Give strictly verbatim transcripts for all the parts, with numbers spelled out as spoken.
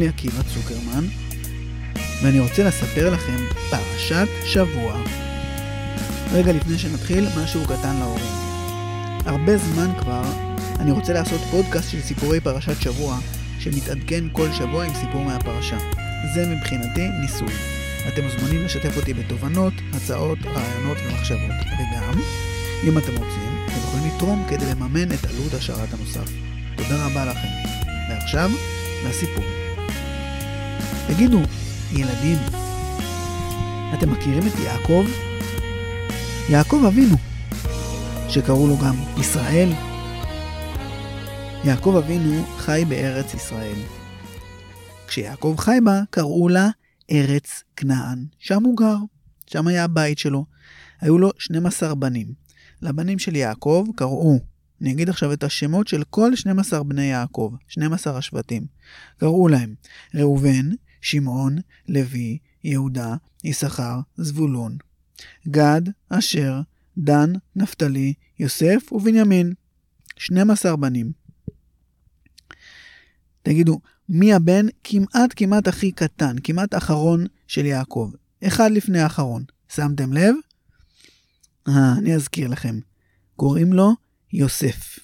לי עקיבא צוקרמן, ואני רוצה לספר לכם פרשת שבוע. רגע לפני שנתחיל, משהו קטן להורים. הרבה זמן כבר אני רוצה לעשות פודקאסט של סיפורי פרשת שבוע, שמתעדכן כל שבוע עם סיפור מהפרשה. זה מבחינתי ניסוי. אתם מוזמנים לשתף אותי בתובנות, הצעות, רעיונות ומחשבות. וגם, אם אתם רוצים, אתם יכולים לתרום כדי לממן את עלות השארת הנוסף. תודה רבה לכם. ועכשיו, לסיפור. תגידו, ילדים, אתם מכירים את יעקב? יעקב אבינו, שקראו לו גם ישראל. יעקב אבינו חי בארץ ישראל. כשיעקב חי בה, קראו לה ארץ כנען. שם הוא גר, שם היה הבית שלו. היו לו שנים עשר בנים. לבנים של יעקב קראו, אני אגיד עכשיו את השמות של כל שנים עשר בני יעקב, שנים עשר השבטים. קראו להם ראובן, שמעון, לוי, יהודה, יששכר, זבולון, גד, אשר, דן, נפתלי, יוסף ובנימין. שנים עשר בנים. תגידו, מי הבן כמעט כמעט הכי קטן, כמעט אחרון של יעקב? אחד לפני האחרון. שמתם לב? אה, אני אזכיר לכם. קוראים לו יוסף.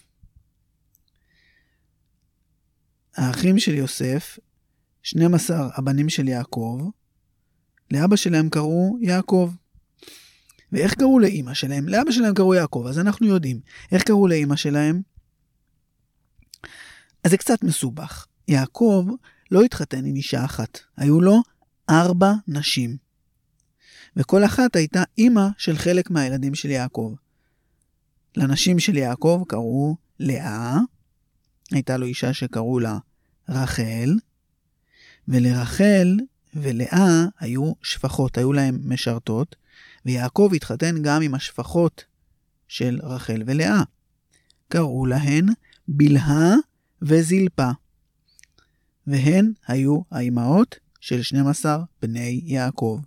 האחים של יוסף, שנים עשר הבנים של יעקב, לאבא שלהם קראו יעקב. ואיך קראו לאמא שלהם? לאבא שלהם קראו יעקב, אז אנחנו יודעים. איך קראו לאמא שלהם? אז זה קצת מסובך. יעקב לא התחתן עם אישה אחת. היו לו ארבע נשים. וכל אחת הייתה אמא של חלק מהילדים של יעקב. לנשים של יעקב קראו לאה. הייתה לו אישה שקראו לה רחל. ולרחל ולאה היו שפחות, היו להם משרתות. ויעקב התחתן גם עם השפחות של רחל ולאה. קראו להן בלהה וזלפה. והן היו האימהות של שנים עשר בני יעקב.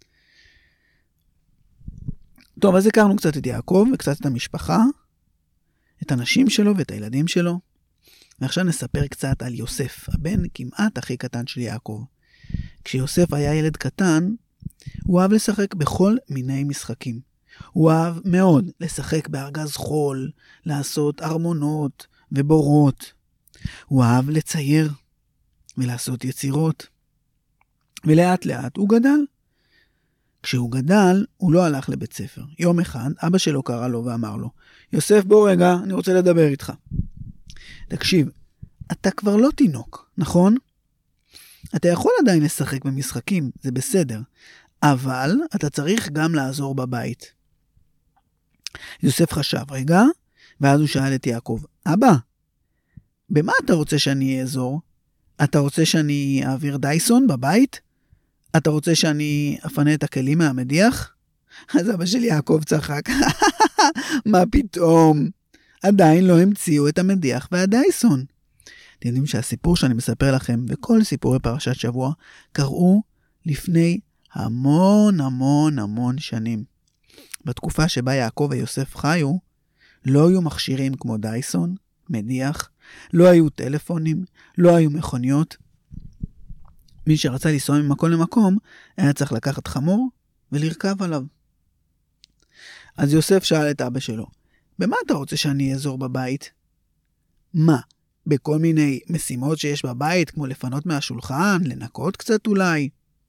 טוב, אז הכרנו קצת את יעקב וקצת את המשפחה, את הנשים שלו ואת הילדים שלו. ועכשיו נספר קצת על יוסף, הבן כמעט הכי קטן של יעקב. כשיוסף היה ילד קטן, הוא אהב לשחק בכל מיני משחקים. הוא אהב מאוד לשחק בארגז חול, לעשות ארמונות ובורות. הוא אהב לצייר ולעשות יצירות. ולאט לאט הוא גדל. כשהוא גדל, הוא לא הלך לבית ספר. יום אחד, אבא שלו קרא לו ואמר לו, יוסף, בוא רגע, אני רוצה לדבר איתך. תקשיב, אתה כבר לא תינוק, נכון? אתה יכול עדיין לשחק במשחקים, זה בסדר. אבל אתה צריך גם לעזור בבית. יוסף חשב רגע, ואז הוא שאל את יעקב, אבא, במה אתה רוצה שאני אעזור? אתה רוצה שאני אעביר דייסון בבית? אתה רוצה שאני אפנה את הכלים מהמדיח? אז אבא של יעקב צחק. מה פתאום? עדיין לא המציאו את המדיח והדייסון. אתם יודעים שהסיפור שאני מספר לכם, וכל סיפורי פרשת שבוע, קראו לפני המון המון המון שנים. בתקופה שבה יעקב ויוסף חיו, לא היו מכשירים כמו דייסון, מדיח, לא היו טלפונים, לא היו מכוניות. מי שרצה לנסוע ממקום למקום, היה צריך לקחת חמור ולרכב עליו. אז יוסף שאל את אבא שלו, במה אתה רוצה שאני אעזור בבית? מה? בכל מיני משימות שיש בבית, כמו לפנות מהשולחן, לנקות קצת אולי?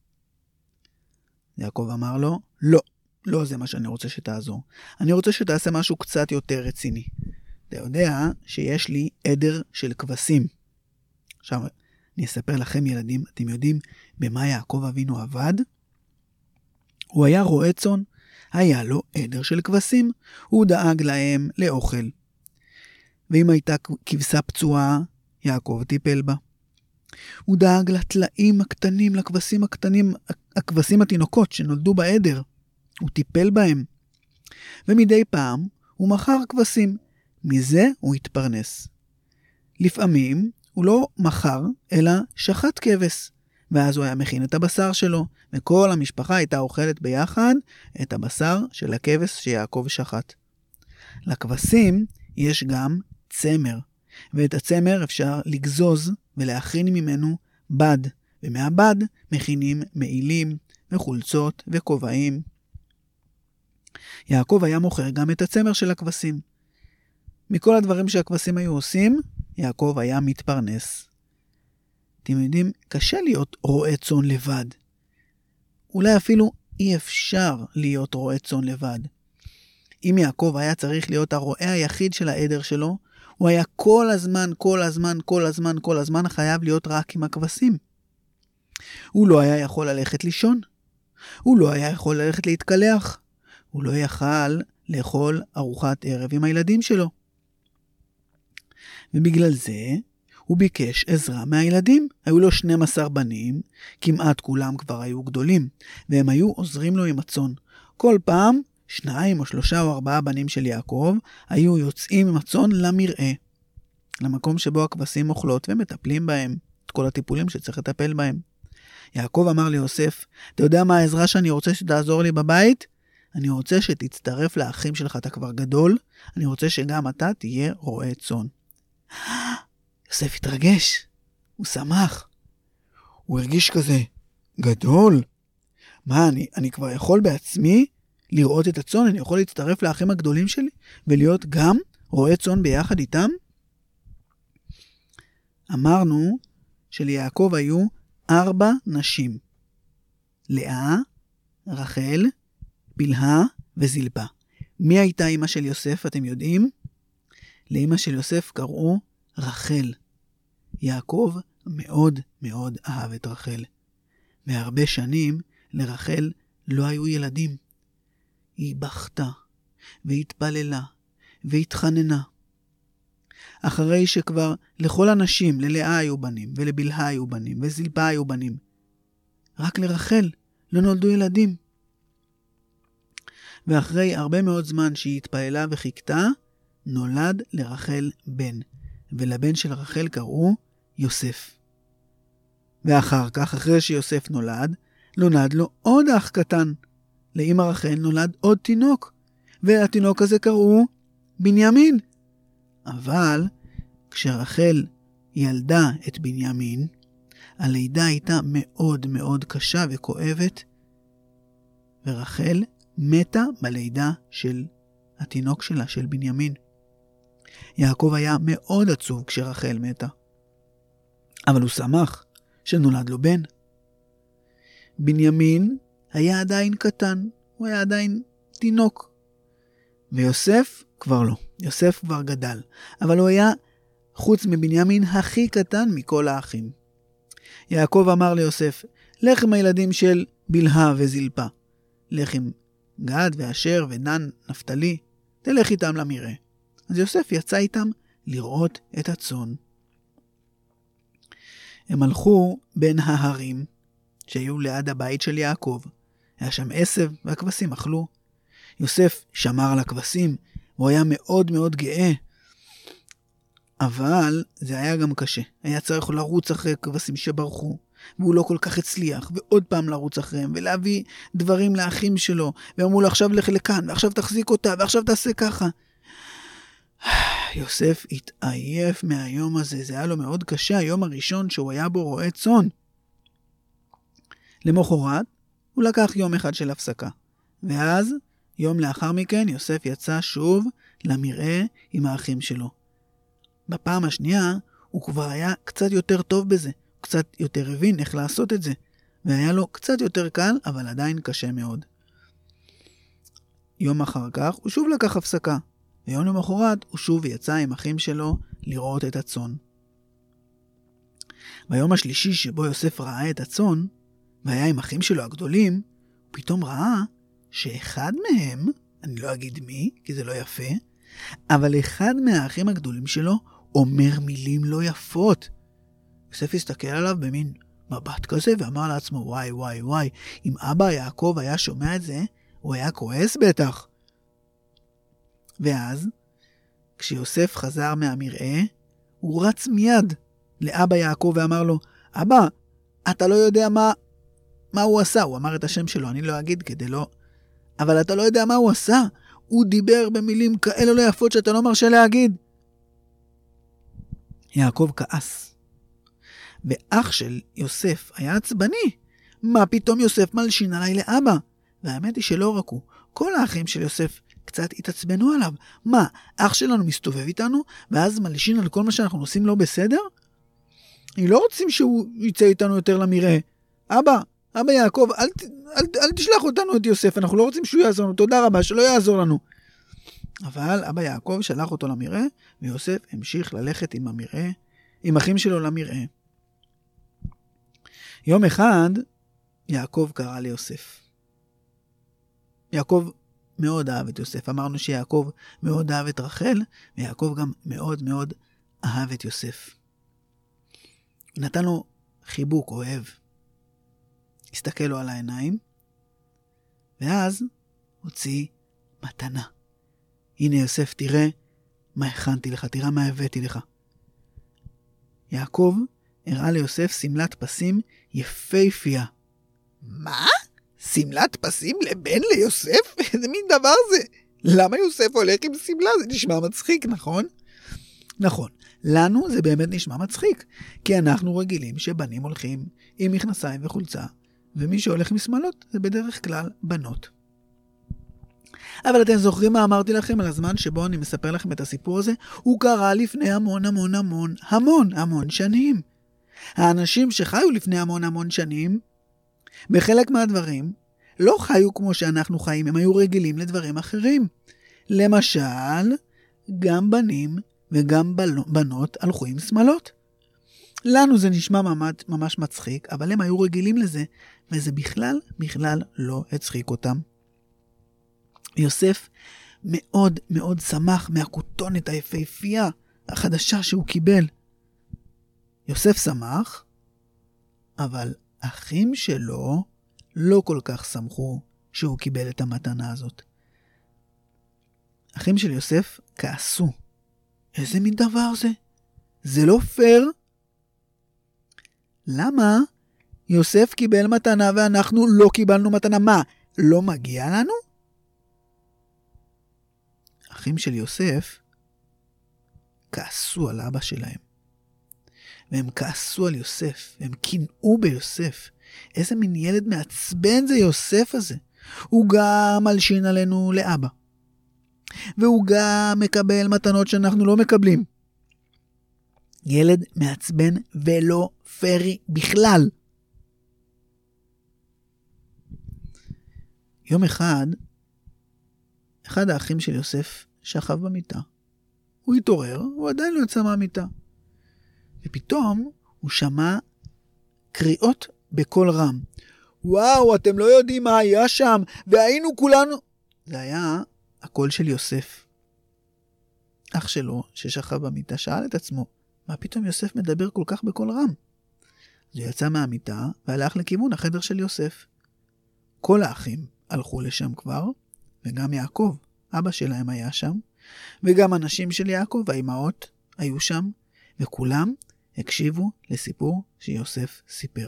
יעקב אמר לו, לא, לא זה מה שאני רוצה שתעזור. אני רוצה שתעשה משהו קצת יותר רציני. אתה יודע שיש לי עדר של כבשים. עכשיו, אני אספר לכם ילדים, אתם יודעים במה יעקב אבינו עבד? הוא היה רועה צאן, היה לו עדר של כבשים, הוא דאג להם לאוכל. ואם הייתה כבשה פצועה, יעקב טיפל בה. הוא דאג לטלאים הקטנים, לכבשים הקטנים, הכבשים התינוקות שנולדו בעדר. הוא טיפל בהם. ומדי פעם הוא מכר כבשים. מזה הוא התפרנס. לפעמים הוא לא מכר, אלא שחט כבש. ואז הוא היה מכין את הבשר שלו, וכל המשפחה הייתה אוכלת ביחד את הבשר של הכבש שיעקב שחט. לכבשים יש גם צמר, ואת הצמר אפשר לגזוז ולהכין ממנו בד, ומהבד מכינים מעילים וחולצות וכובעים. יעקב היה מוכר גם את הצמר של הכבשים. מכל הדברים שהכבשים היו עושים, יעקב היה מתפרנס. אתם יודעים, קשה להיות רועה צאן לבד. אולי אפילו אי אפשר להיות רועה צאן לבד. אם יעקב היה צריך להיות הרועה היחיד של העדר שלו, הוא היה כל הזמן, כל הזמן, כל הזמן, כל הזמן חייב להיות רק עם הכבשים. הוא לא היה יכול ללכת לישון. הוא לא היה יכול ללכת להתקלח. הוא לא יכל לאכול ארוחת ערב עם הילדים שלו. ובגלל זה הוא ביקש עזרה מהילדים. היו לו שנים עשר בנים, כמעט כולם כבר היו גדולים, והם היו עוזרים לו עם הצאן. כל פעם שניים או שלושה או ארבעה בנים של יעקב היו יוצאים עם הצאן למרעה, למקום שבו הכבשים אוכלות ומטפלים בהם, את כל הטיפולים שצריך לטפל בהם. יעקב אמר ליוסף, אתה יודע מה העזרה שאני רוצה שתעזור לי בבית? אני רוצה שתצטרף לאחים שלך, אתה כבר גדול, אני רוצה שגם אתה תהיה רועה צאן. יוסף התרגש, הוא שמח, הוא הרגיש כזה גדול. מה, אני, אני כבר יכול בעצמי לראות את הצאן, אני יכול להצטרף לאחים הגדולים שלי ולהיות גם רועה צאן ביחד איתם? אמרנו שליעקב היו ארבע נשים. לאה, רחל, בלהה וזלפה. מי הייתה אמא של יוסף, אתם יודעים? לאמא של יוסף קראו רחל. יעקב מאוד מאוד אהב את רחל. והרבה שנים לרחל לא היו ילדים. היא בכתה והתפללה והתחננה. אחרי שכבר לכל הנשים, ללאה היו בנים ולבלהה היו בנים וזלפה היו בנים, רק לרחל לא נולדו ילדים. ואחרי הרבה מאוד זמן שהיא התפללה וחיכתה, נולד לרחל בן, ולבן של רחל קראו יוסף. ואחר כך, אחרי שיוסף נולד, נולד לו עוד אח קטן. לאמא רחל נולד עוד תינוק, והתינוק הזה קראו בנימין. אבל כשרחל ילדה את בנימין, הלידה הייתה מאוד מאוד קשה וכואבת, ורחל מתה בלידה של התינוק שלה, של בנימין. יעקב היה מאוד עצוב כשרחל מתה, אבל הוא שמח שנולד לו בן. בנימין היה עדיין קטן, הוא היה עדיין תינוק. ויוסף כבר לא, יוסף כבר גדל, אבל הוא היה חוץ מבנימין הכי קטן מכל האחים. יעקב אמר ליוסף, לך עם הילדים של בלהה וזלפה, לך עם גד ואשר ודן נפתלי, תלך איתם למרעה. אז יוסף יצא איתם לראות את הצאן. הם הלכו בין ההרים שהיו ליד הבית של יעקב. היה שם עשב והכבשים אכלו. יוסף שמר על הכבשים, הוא היה מאוד מאוד גאה. אבל זה היה גם קשה. היה צריך לרוץ אחרי כבשים שברחו, והוא לא כל כך הצליח, ועוד פעם לרוץ אחריהם, ולהביא דברים לאחים שלו, ואמרו לו עכשיו לך לכאן, ועכשיו תחזיק אותה, ועכשיו תעשה ככה. יוסף התעייף מהיום הזה, זה היה לו מאוד קשה, היום הראשון שהוא היה בו רועה צאן. למחרת, הוא לקח יום אחד של הפסקה, ואז, יום לאחר מכן, יוסף יצא שוב למרעה עם האחים שלו. בפעם השנייה, הוא כבר היה קצת יותר טוב בזה, קצת יותר הבין איך לעשות את זה, והיה לו קצת יותר קל, אבל עדיין קשה מאוד. יום אחר כך, הוא שוב לקח הפסקה, ויום למחרת, הוא שוב יצא עם אחים שלו לראות את הצאן. ביום השלישי שבו יוסף ראה את הצאן, והיה עם אחים שלו הגדולים, הוא פתאום ראה שאחד מהם, אני לא אגיד מי, כי זה לא יפה, אבל אחד מהאחים הגדולים שלו אומר מילים לא יפות. יוסף הסתכל עליו במין מבט כזה ואמר לעצמו, וואי וואי וואי, אם אבא יעקב היה שומע את זה, הוא היה כועס בטח. ואז, כשיוסף חזר מהמרעה, הוא רץ מיד לאבא יעקב ואמר לו, אבא, אתה לא יודע מה, מה הוא עשה. הוא אמר את השם שלו, אני לא אגיד כדי לא, אבל אתה לא יודע מה הוא עשה. הוא דיבר במילים כאלה לא יפות שאתה לא מרשה להגיד. יעקב כעס. ואח של יוסף היה עצבני. מה פתאום יוסף מלשין עליי לאבא? והאמת היא שלא רק הוא, כל האחים של יוסף קצת התעצבנו עליו. מה, אח שלנו מסתובב איתנו, ואז מלשין על כל מה שאנחנו עושים לא בסדר? הם לא רוצים שהוא יצא איתנו יותר למראה. אבא, אבא יעקב, אל, אל, אל תשלח אותנו את יוסף, אנחנו לא רוצים שהוא יעזור לנו, תודה רבה, שלא יעזור לנו. אבל אבא יעקב שלח אותו למראה, ויוסף המשיך ללכת עם המראה, עם אחים שלו למראה. יום אחד, יעקב קרא ליוסף. יעקב מאוד אהב את יוסף. אמרנו שיעקב מאוד אהב את רחל, ויעקב גם מאוד מאוד אהב את יוסף. נתן לו חיבוק אוהב. הסתכל לו על העיניים, ואז הוציא מתנה. הנה יוסף, תראה מה הכנתי לך, תראה מה הבאתי לך. יעקב הראה ליוסף סמלת פסים יפהפייה. מה? סמלת פסים לבן ליוסף? איזה מין דבר זה? למה יוסף הולך עם סמלה? זה נשמע מצחיק, נכון? נכון, לנו זה באמת נשמע מצחיק, כי אנחנו רגילים שבנים הולכים עם מכנסיים וחולצה, ומי שהולך עם שמלות זה בדרך כלל בנות. אבל אתם זוכרים מה אמרתי לכם על הזמן שבו אני מספר לכם את הסיפור הזה? הוא קרה לפני המון המון המון המון המון שנים. האנשים שחיו לפני המון המון שנים, בחלק מהדברים, לא חיו כמו שאנחנו חיים, הם היו רגילים לדברים אחרים. למשל, גם בנים וגם בנות הלכו עם שמלות. לנו זה נשמע ממש, ממש מצחיק, אבל הם היו רגילים לזה, וזה בכלל, בכלל לא הצחיק אותם. יוסף מאוד מאוד שמח מהכותונת היפהפייה החדשה שהוא קיבל. יוסף שמח, אבל אחים שלו לא כל כך שמחו שהוא קיבל את המתנה הזאת. אחים של יוסף כעסו. איזה מין דבר זה? זה לא פייר. למה יוסף קיבל מתנה ואנחנו לא קיבלנו מתנה? מה, לא מגיע לנו? אחים של יוסף כעסו על אבא שלהם. והם כעסו על יוסף, והם קינאו ביוסף. איזה מין ילד מעצבן זה יוסף הזה. הוא גם מלשין עלינו לאבא. והוא גם מקבל מתנות שאנחנו לא מקבלים. ילד מעצבן ולא פרי בכלל. יום אחד, אחד האחים של יוסף שכב במיטה. הוא התעורר, הוא עדיין לא יצא מהמיטה. ופתאום הוא שמע קריאות בקול רם. וואו, אתם לא יודעים מה היה שם, והיינו כולנו... זה היה הקול של יוסף. אח שלו ששכב במיטה שאל את עצמו, מה פתאום יוסף מדבר כל כך בקול רם? אז הוא יצא מהמיטה והלך לכיוון החדר של יוסף. כל האחים הלכו לשם כבר, וגם יעקב, אבא שלהם היה שם, וגם אנשים של יעקב, האימהות, היו שם, וכולם הקשיבו לסיפור שיוסף סיפר.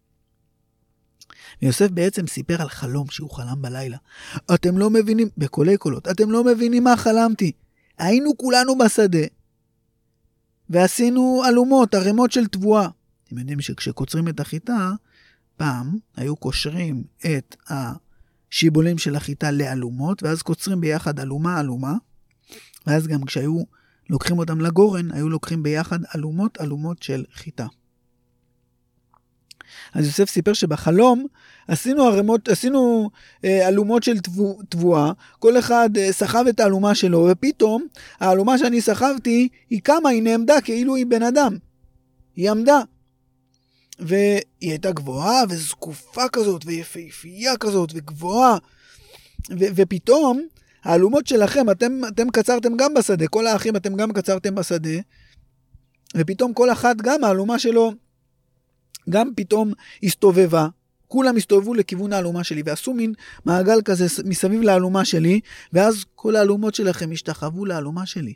ויוסף בעצם סיפר על חלום שהוא חלם בלילה. אתם לא מבינים, בקולי קולות, אתם לא מבינים מה חלמתי. היינו כולנו בשדה, ועשינו אלומות, ערימות של תבואה. אתם יודעים שכשקוצרים את החיטה, פעם היו קושרים את השיבולים של החיטה לאלומות, ואז קוצרים ביחד אלומה אלומה, ואז גם כשהיו לוקחים אותם לגורן, היו לוקחים ביחד אלומות אלומות של חיטה. אז יוסף סיפר שבחלום עשינו ערימות, עשינו אה, אלומות של תבוא, תבואה, כל אחד אה, סחב את האלומה שלו, ופתאום האלומה שאני סחבתי, היא קמה, היא נעמדה כאילו היא בן אדם. היא עמדה. והיא הייתה גבוהה וזקופה כזאת, ויפהפייה כזאת, וגבוהה. ו- ופתאום האלומות שלכם, אתם, אתם קצרתם גם בשדה, כל האחים אתם גם קצרתם בשדה, ופתאום כל אחד גם האלומה שלו, גם פתאום הסתובבה, כולם הסתובבו לכיוון האלומה שלי, ועשו מין מעגל כזה מסביב לאלומה שלי, ואז כל האלומות שלכם השתחוו לאלומה שלי.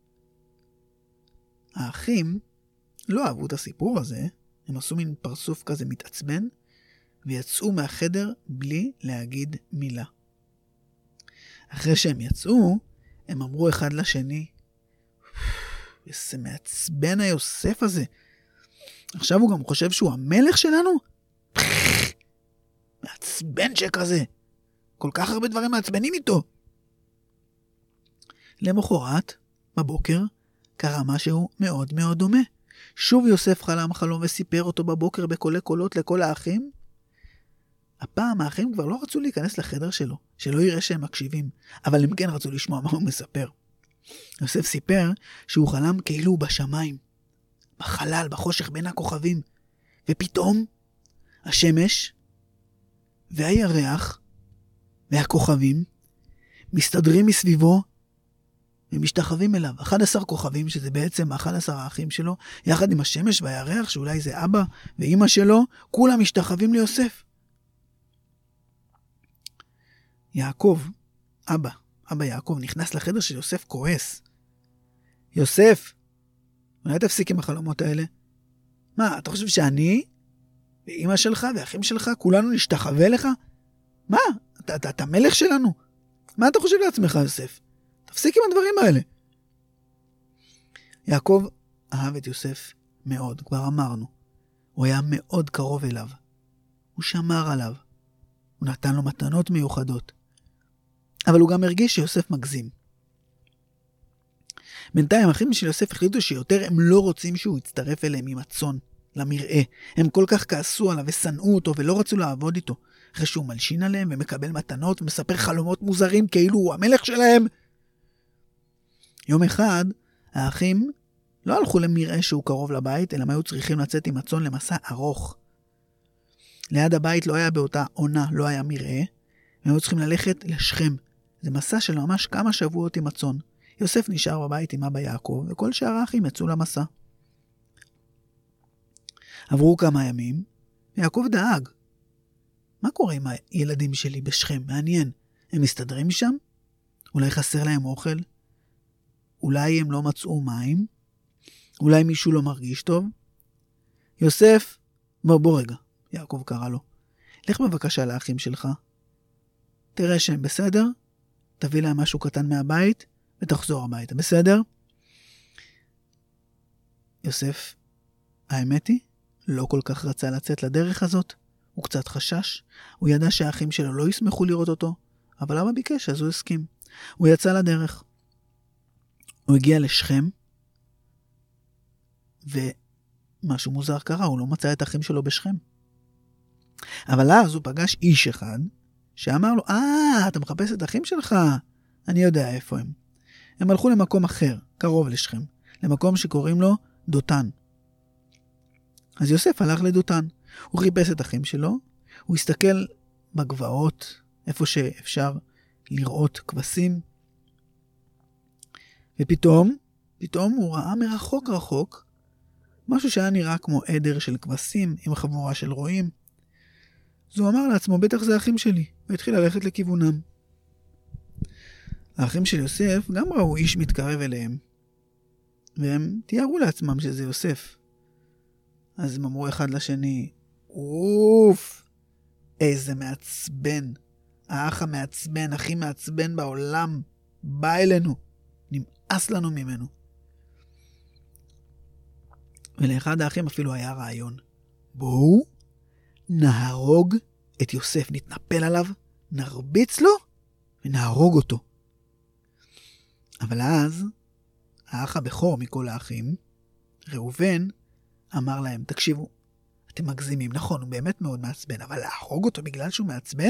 האחים לא אהבו את הסיפור הזה, הם עשו מין פרסוף כזה מתעצבן, ויצאו מהחדר בלי להגיד מילה. אחרי שהם יצאו, הם אמרו אחד לשני, איזה מעצבן היוסף הזה. עכשיו הוא גם חושב שהוא המלך שלנו? מעצבן שכזה. כל כך הרבה דברים מעצבנים איתו. למחרת, בבוקר, קרה משהו מאוד מאוד דומה. שוב יוסף חלם חלום וסיפר אותו בבוקר בקולי קולות לכל האחים. הפעם האחים כבר לא רצו להיכנס לחדר שלו, שלא יראה שהם מקשיבים, אבל הם כן רצו לשמוע מה הוא מספר. יוסף סיפר שהוא חלם כאילו הוא בשמיים, בחלל, בחושך בין הכוכבים, ופתאום השמש והירח והכוכבים מסתדרים מסביבו ומשתחווים אליו. אחד עשר כוכבים, שזה בעצם אחד עשר האחים שלו, יחד עם השמש והירח, שאולי זה אבא ואמא שלו, כולם משתחווים ליוסף. יעקב, אבא, אבא יעקב, נכנס לחדר של יוסף כועס. יוסף, אולי תפסיק עם החלומות האלה? מה, אתה חושב שאני ואמא שלך ואחים שלך, כולנו נשתחווה לך? מה? אתה, אתה, אתה מלך שלנו? מה אתה חושב לעצמך, יוסף? תפסיק עם הדברים האלה. יעקב אהב את יוסף מאוד, כבר אמרנו. הוא היה מאוד קרוב אליו. הוא שמר עליו. הוא נתן לו מתנות מיוחדות. אבל הוא גם הרגיש שיוסף מגזים. בינתיים האחים של יוסף החליטו שיותר הם לא רוצים שהוא יצטרף אליהם עם הצאן למראה. הם כל כך כעסו עליו ושנאו אותו ולא רצו לעבוד איתו. אחרי שהוא מלשין עליהם ומקבל מתנות ומספר חלומות מוזרים כאילו הוא המלך שלהם. יום אחד האחים לא הלכו למראה שהוא קרוב לבית, אלא הם היו צריכים לצאת עם הצאן למסע ארוך. ליד הבית לא היה באותה עונה, לא היה מראה. הם היו צריכים ללכת לשכם. זה מסע של ממש כמה שבועות עם הצאן. יוסף נשאר בבית עם אבא יעקב, וכל שאר האחים יצאו למסע. עברו כמה ימים, ויעקב דאג. מה קורה עם הילדים שלי בשכם? מעניין. הם מסתדרים שם? אולי חסר להם אוכל? אולי הם לא מצאו מים? אולי מישהו לא מרגיש טוב? יוסף, בוא בוא רגע, יעקב קרא לו. לך בבקשה לאחים שלך. תראה שהם בסדר, תביא להם משהו קטן מהבית, ותחזור הביתה, בסדר? יוסף, האמת היא, לא כל כך רצה לצאת לדרך הזאת. הוא קצת חשש. הוא ידע שהאחים שלו לא ישמחו לראות אותו, אבל אבא ביקש, אז הוא הסכים. הוא יצא לדרך. הוא הגיע לשכם, ומשהו מוזר קרה, הוא לא מצא את האחים שלו בשכם. אבל אז הוא פגש איש אחד, שאמר לו, אה, אתה מחפש את האחים שלך? אני יודע איפה הם. הם הלכו למקום אחר, קרוב לשכם, למקום שקוראים לו דותן. אז יוסף הלך לדותן. הוא חיפש את האחים שלו, הוא הסתכל בגבעות, איפה שאפשר לראות כבשים, ופתאום, פתאום הוא ראה מרחוק רחוק, משהו שהיה נראה כמו עדר של כבשים עם חבורה של רועים. אז הוא אמר לעצמו, בטח זה האחים שלי, והתחיל ללכת לכיוונם. האחים של יוסף גם ראו איש מתקרב אליהם, והם תיארו לעצמם שזה יוסף. אז הם אמרו אחד לשני, אוף, איזה מעצבן, האח המעצבן, הכי מעצבן בעולם, בא אלינו, נמאס לנו ממנו. ולאחד האחים אפילו היה רעיון, בואו נהרוג את יוסף, נתנפל עליו, נרביץ לו ונהרוג אותו. אבל אז האח הבכור מכל האחים, ראובן, אמר להם, תקשיבו, אתם מגזימים, נכון, הוא באמת מאוד מעצבן, אבל להרוג אותו בגלל שהוא מעצבן?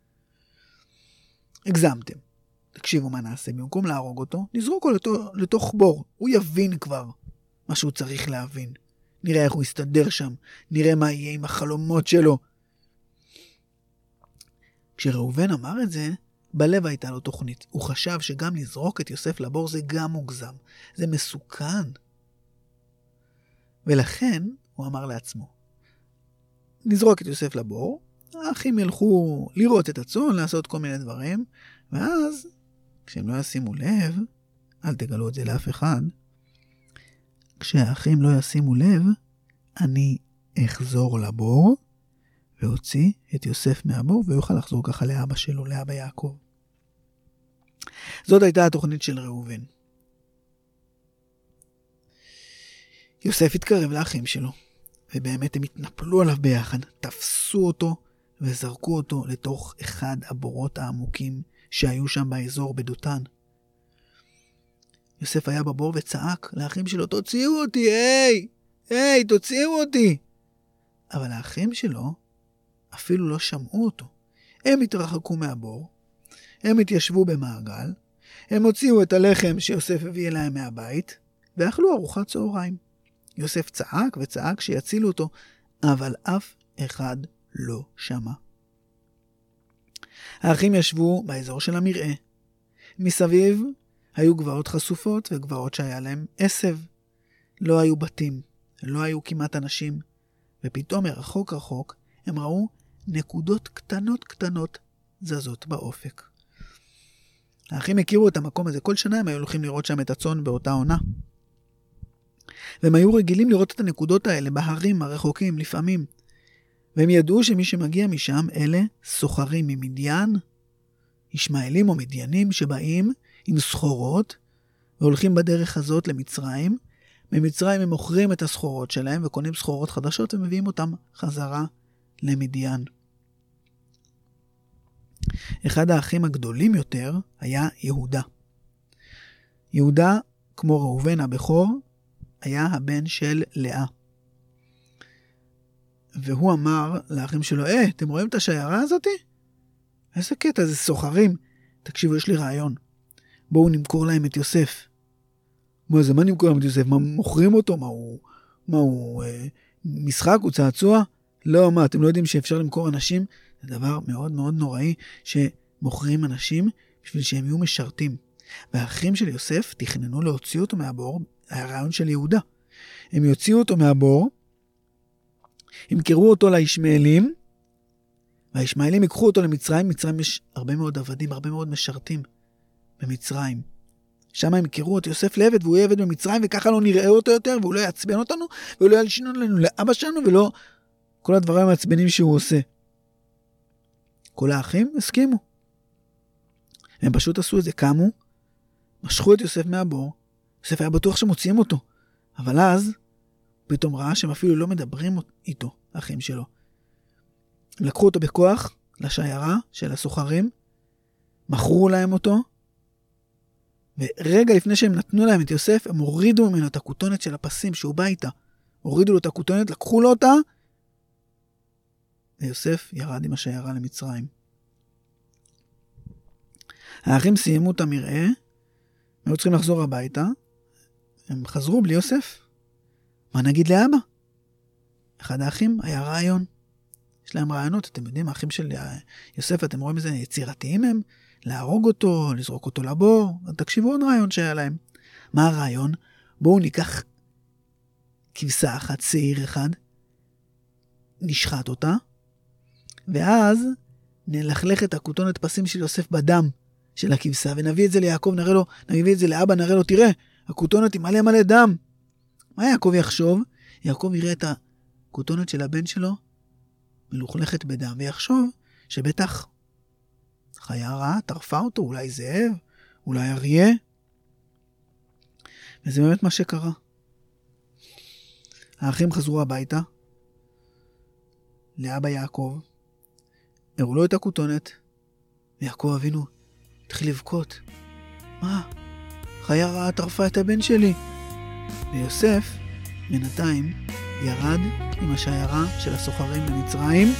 הגזמתם. תקשיבו מה נעשה, במקום להרוג אותו, נזרוק אותו לתוך, לתוך בור, הוא יבין כבר מה שהוא צריך להבין. נראה איך הוא יסתדר שם, נראה מה יהיה עם החלומות שלו. כשראובן אמר את זה, בלב הייתה לו תוכנית. הוא חשב שגם לזרוק את יוסף לבור זה גם מוגזם, זה מסוכן. ולכן הוא אמר לעצמו, נזרוק את יוסף לבור, האחים ילכו לראות את הצאן, לעשות כל מיני דברים, ואז, כשהם לא ישימו לב, אל תגלו את זה לאף אחד, כשהאחים לא ישימו לב, אני אחזור לבור, והוציא את יוסף מהבור, ויוכל לחזור ככה לאבא שלו, לאבא יעקב. זאת הייתה התוכנית של ראובן. יוסף התקרב לאחים שלו, ובאמת הם התנפלו עליו ביחד, תפסו אותו וזרקו אותו לתוך אחד הבורות העמוקים שהיו שם באזור בדותן. יוסף היה בבור וצעק לאחים שלו, תוציאו אותי, היי, היי, תוציאו אותי. אבל האחים שלו אפילו לא שמעו אותו. הם התרחקו מהבור, הם התיישבו במעגל, הם הוציאו את הלחם שיוסף הביא אליהם מהבית, ואכלו ארוחת צהריים. יוסף צעק וצעק שיצילו אותו, אבל אף אחד לא שמע. האחים ישבו באזור של המרעה. מסביב היו גבעות חשופות וגבעות שהיה להם עשב. לא היו בתים, לא היו כמעט אנשים, ופתאום מרחוק רחוק הם ראו נקודות קטנות קטנות זזות באופק. האחים הכירו את המקום הזה, כל שנה הם היו הולכים לראות שם את הצאן באותה עונה. והם היו רגילים לראות את הנקודות האלה בהרים הרחוקים לפעמים. והם ידעו שמי שמגיע משם אלה סוחרים ממדיין, ישמעאלים או מדיינים שבאים עם סחורות והולכים בדרך הזאת למצרים. במצרים הם מוכרים את הסחורות שלהם וקונים סחורות חדשות ומביאים אותם חזרה למדיין. אחד האחים הגדולים יותר היה יהודה. יהודה, כמו ראובן הבכור, היה הבן של לאה. והוא אמר לאחים שלו, אה, אתם רואים את השיירה הזאת? איזה קטע, זה סוחרים. תקשיבו, יש לי רעיון. בואו נמכור להם את יוסף. מה זה, מה נמכור להם את יוסף? מה, מוכרים אותו? מה הוא, מה הוא, אה, משחק? הוא צעצוע? לא, מה, אתם לא יודעים שאפשר למכור אנשים? זה דבר מאוד מאוד נוראי שמוכרים אנשים בשביל שהם יהיו משרתים. והאחים של יוסף תכננו להוציא אותו מהבור, הרעיון של יהודה. הם יוציאו אותו מהבור, ימכרו אותו לישמעאלים, והישמעאלים ייקחו אותו למצרים. מצרים יש הרבה מאוד עבדים, הרבה מאוד משרתים במצרים. שם הם ימכרו את יוסף לעבד, והוא יהיה עבד במצרים, וככה לא נראה אותו יותר, והוא לא יעצבן אותנו, והוא לא ילשין לנו לאבא שלנו, ולא כל הדברים המעצבנים שהוא עושה. כל האחים הסכימו. הם פשוט עשו את זה, קמו, משכו את יוסף מהבור. יוסף היה בטוח שמוציאים אותו, אבל אז פתאום ראה שהם אפילו לא מדברים איתו, האחים שלו. לקחו אותו בכוח לשיירה של הסוחרים, מכרו להם אותו, ורגע לפני שהם נתנו להם את יוסף, הם הורידו ממנו את הכותונת של הפסים שהוא בא איתה. הורידו לו את הכותונת, לקחו לו אותה, ויוסף ירד עם השיירה למצרים. האחים סיימו את המרעה, הם היו צריכים לחזור הביתה, הם חזרו בלי יוסף. מה נגיד לאבא? אחד האחים היה רעיון. יש להם רעיונות, אתם יודעים, האחים של יוסף, אתם רואים איזה יצירתיים הם, להרוג אותו, לזרוק אותו לבור. תקשיבו עוד רעיון שהיה להם. מה הרעיון? בואו ניקח כבשה אחת, שעיר אחד, נשחט אותה, ואז נלכלך את הכותונת פסים של יוסף בדם של הכבשה, ונביא את זה ליעקב, נראה לו, נביא את זה לאבא, נראה לו, תראה, הכותונת היא מלא מלא דם. מה יעקב יחשוב? יעקב יראה את הכותונת של הבן שלו מלוכלכת בדם, ויחשוב שבטח חיה רעה טרפה אותו, אולי זאב, אולי אריה. וזה באמת מה שקרה. האחים חזרו הביתה לאבא יעקב, הראו לו את הכותונת, ויעקב אבינו התחיל לבכות. מה? חיה רעה טרפה את הבן שלי. ויוסף בינתיים ירד עם השיירה של הסוחרים למצרים.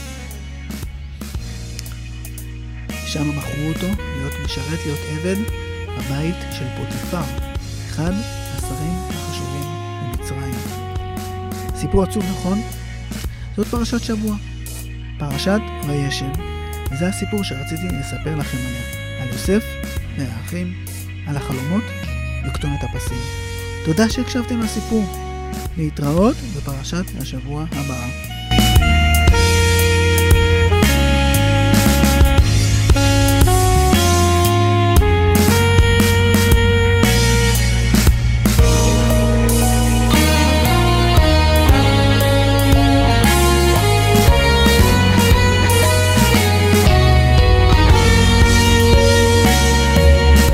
שם מכרו אותו להיות משרת, להיות עבד בבית של פוטיפר, אחד השרים החשובים במצרים. סיפור עצוב, נכון? זאת פרשת שבוע, פרשת וישב, וזה הסיפור שרציתי לספר לכם עליה, על יוסף והאחים, על החלומות וכתונת הפסים. תודה שהקשבתם לסיפור. להתראות בפרשת השבוע הבאה.